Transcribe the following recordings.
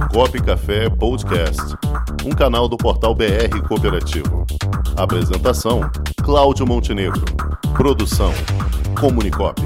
Comunicop Café Podcast, um canal do portal BR Cooperativo. Apresentação: Cláudio Montenegro. Produção: Comunicop.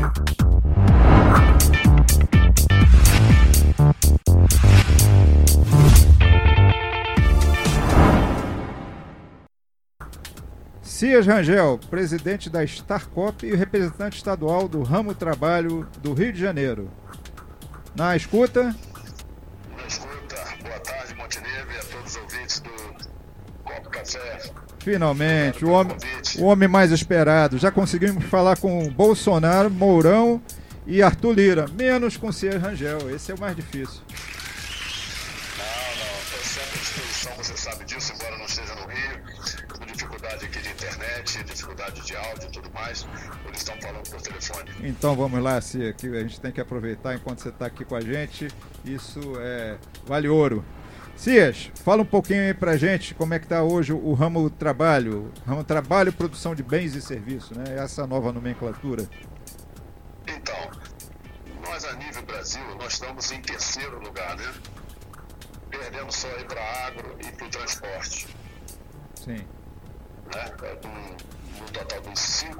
Cias Rangel, presidente da Starcop e representante estadual do Ramo Trabalho do Rio de Janeiro. Na escuta? Na escuta. Boa tarde, Montenegro, e a todos os ouvintes do Copo Café. Finalmente, o homem mais esperado. Já conseguimos falar com Bolsonaro, Mourão e Arthur Lira, menos com Cias Rangel. Esse é o mais difícil. Não, estou sempre à disposição, você sabe disso, embora não esteja no Rio. Dificuldade aqui de internet, dificuldade de áudio e tudo mais, eles estão falando por telefone. Então vamos lá, Cia, que a gente tem que aproveitar enquanto você está aqui com a gente, isso vale ouro. Cias, fala um pouquinho aí pra gente como é que está hoje o Ramo Trabalho, Produção de Bens e Serviços, né? Essa nova nomenclatura. Então, nós a nível Brasil, nós estamos em terceiro lugar, né? Perdendo só aí para agro e para o transporte. Sim. No total de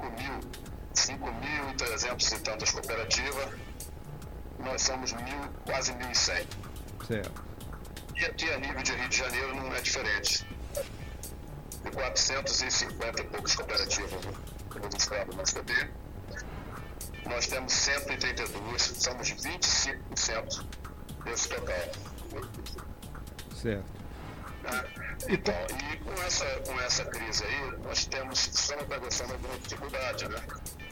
5.300 e tantas cooperativas, nós somos quase 1.100. Certo. E aqui a nível de Rio de Janeiro não é diferente. De 450 e poucas cooperativas no estado do STB, nós temos 132, somos 25% desse total. Certo. Então, e com essa crise aí, nós estamos atravessando alguma dificuldade, né?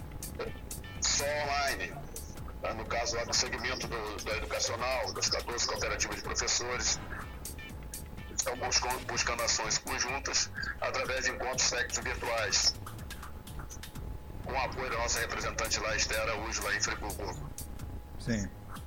Só online, no caso lá do segmento da educacional, das 14 cooperativas de professores, estão buscando ações conjuntas através de encontros técnicos virtuais, com o apoio da nossa representante lá, Esther Araújo, lá em Friburgo. Sim.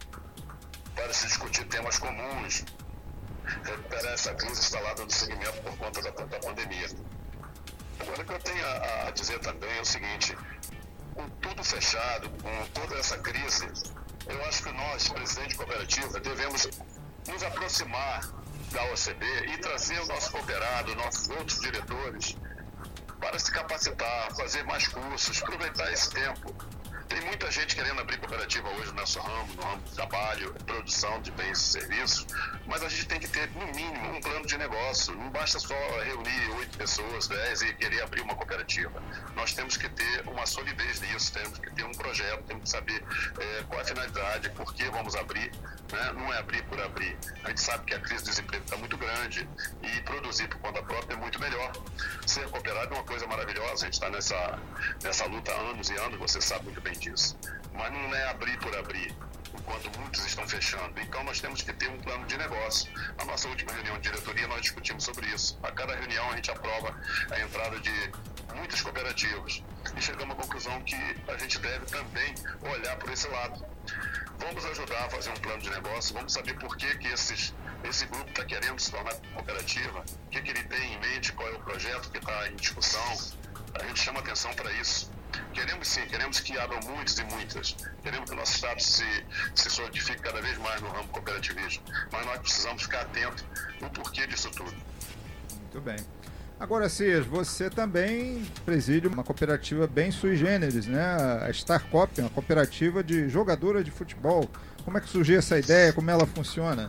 Para se discutir temas comuns, recuperar essa crise instalada no segmento por conta da pandemia. Agora, o que eu tenho a dizer também é o seguinte: com tudo fechado, com toda essa crise, eu acho que nós, presidente de cooperativa, devemos nos aproximar da OCB e trazer o nosso cooperado, nossos outros diretores, para se capacitar, fazer mais cursos, aproveitar esse tempo. Tem muita gente querendo abrir cooperativa hoje no nosso ramo, no ramo de trabalho, produção de bens e serviços, mas a gente tem que ter, no mínimo, um plano de negócio. Não basta só reunir 8 pessoas, 10 e querer abrir uma cooperativa. Nós temos que ter uma solidez nisso, temos que ter um projeto, temos que saber qual é a finalidade, por que vamos abrir, né? Não é abrir por abrir. A gente sabe que a crise do desemprego está muito grande e produzir por conta própria é muito melhor. Ser cooperado é uma coisa maravilhosa, a gente está nessa luta há anos e anos, você sabe muito bem disso. Mas não é abrir por abrir, enquanto muitos estão fechando. Então nós temos que ter um plano de negócio. Na nossa última reunião de diretoria nós discutimos sobre isso. A cada reunião a gente aprova a entrada de muitas cooperativas e chegamos à conclusão que a gente deve também olhar por esse lado. Vamos ajudar a fazer um plano de negócio, vamos saber por que esse grupo está querendo se tornar cooperativa, o que ele tem em mente, qual é o projeto que está em discussão. A gente chama atenção para isso. Queremos que abram muitos e muitas. Queremos que o nosso Estado se solidifique cada vez mais no ramo cooperativismo. Mas nós precisamos ficar atentos no porquê disso tudo. Muito bem. Agora, Cias, você também preside uma cooperativa bem sui generis, né? A Starcop, uma cooperativa de jogadora de futebol. Como é que surgiu essa ideia? Como ela funciona?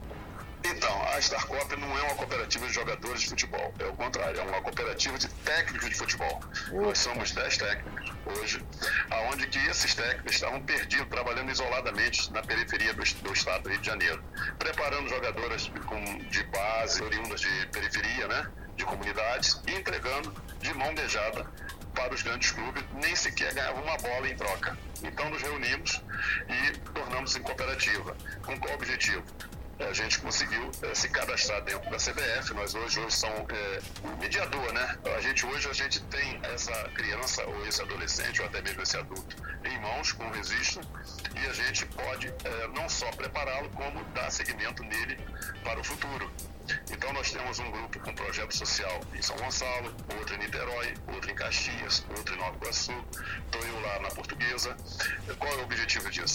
Então, a Starcop não é uma cooperativa de jogadores de futebol, é o contrário, é uma cooperativa de técnicos de futebol. Nós somos 10 técnicos hoje, aonde que esses técnicos estavam perdidos, trabalhando isoladamente na periferia do estado do Rio de Janeiro, preparando jogadoras de base, oriundas de periferia, né, de comunidades, e entregando de mão beijada para os grandes clubes, nem sequer ganhavam uma bola em troca. Então nos reunimos e tornamos em cooperativa. Com qual objetivo? A gente conseguiu se cadastrar dentro da CBF. Nós hoje somos mediador, né? A gente tem essa criança ou esse adolescente ou até mesmo esse adulto em mãos com o registro e a gente pode não só prepará-lo como dar seguimento nele para o futuro. Então nós temos um grupo com projeto social em São Gonçalo, outro em Niterói, outro em Caxias, outro em Nova Iguaçu, estou eu lá na Portuguesa. Qual é o objetivo disso?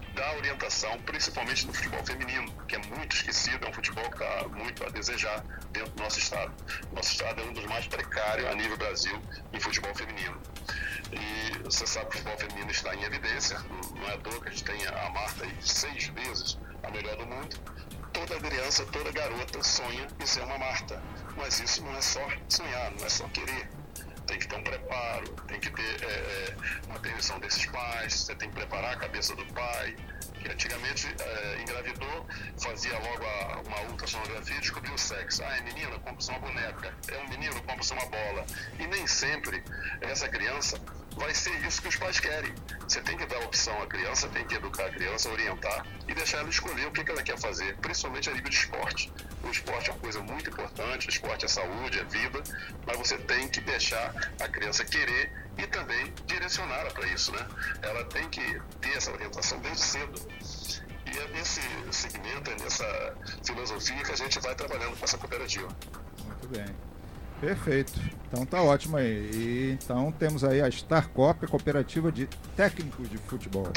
dar orientação, principalmente no futebol feminino, que é muito esquecido, é um futebol que está muito a desejar dentro do nosso estado. Nosso estado é um dos mais precários a nível Brasil em futebol feminino. E você sabe que o futebol feminino está em evidência, não é à toa que a gente tem a marca aí 6 vezes a melhor do mundo. Toda criança, toda garota sonha em ser uma Marta, mas isso não é só sonhar, não é só querer. Tem que ter um preparo, tem que ter uma atenção desses pais, você tem que preparar a cabeça do pai, que antigamente engravidou, fazia logo uma ultrassonografia e descobriu o sexo. Ah, é menina, compra-se uma boneca. É um menino, compra-se uma bola. E nem sempre essa criança vai ser isso que os pais querem. Você tem que dar opção à criança, tem que educar a criança, orientar e deixar ela escolher o que ela quer fazer, principalmente a nível de esporte. O esporte é uma coisa muito importante, o esporte é saúde, é vida, mas você tem que deixar a criança querer e também direcionar ela para isso, né? Ela tem que ter essa orientação desde cedo. E é nesse segmento, é nessa filosofia que a gente vai trabalhando com essa cooperativa. Muito bem. Perfeito. Então tá ótimo aí. E então temos aí a Starcop, a cooperativa de técnicos de futebol.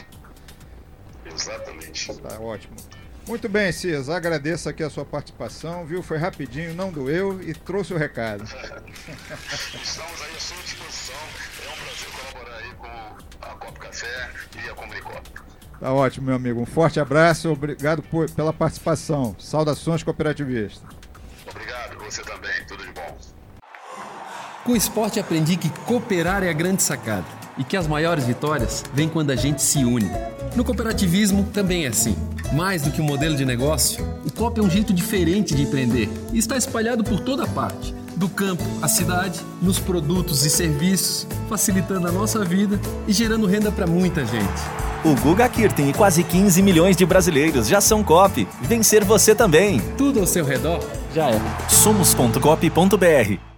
Exatamente. Tá ótimo. Muito bem, Cias, agradeço aqui a sua participação, viu? Foi rapidinho, não doeu e trouxe o recado. Estamos aí à sua disposição. É um prazer colaborar aí com a Copo Café e a Comunicop. Tá ótimo, meu amigo. Um forte abraço, obrigado pela participação. Saudações cooperativistas. Obrigado, você também. Tudo de bom. Com o esporte aprendi que cooperar é a grande sacada e que as maiores vitórias vêm quando a gente se une. No cooperativismo também é assim. Mais do que um modelo de negócio, o COP é um jeito diferente de empreender e está espalhado por toda parte, do campo à cidade, nos produtos e serviços, facilitando a nossa vida e gerando renda para muita gente. O Guga Kirten e quase 15 milhões de brasileiros já são COP. Vencer você também. Tudo ao seu redor já é. Somos.cop.br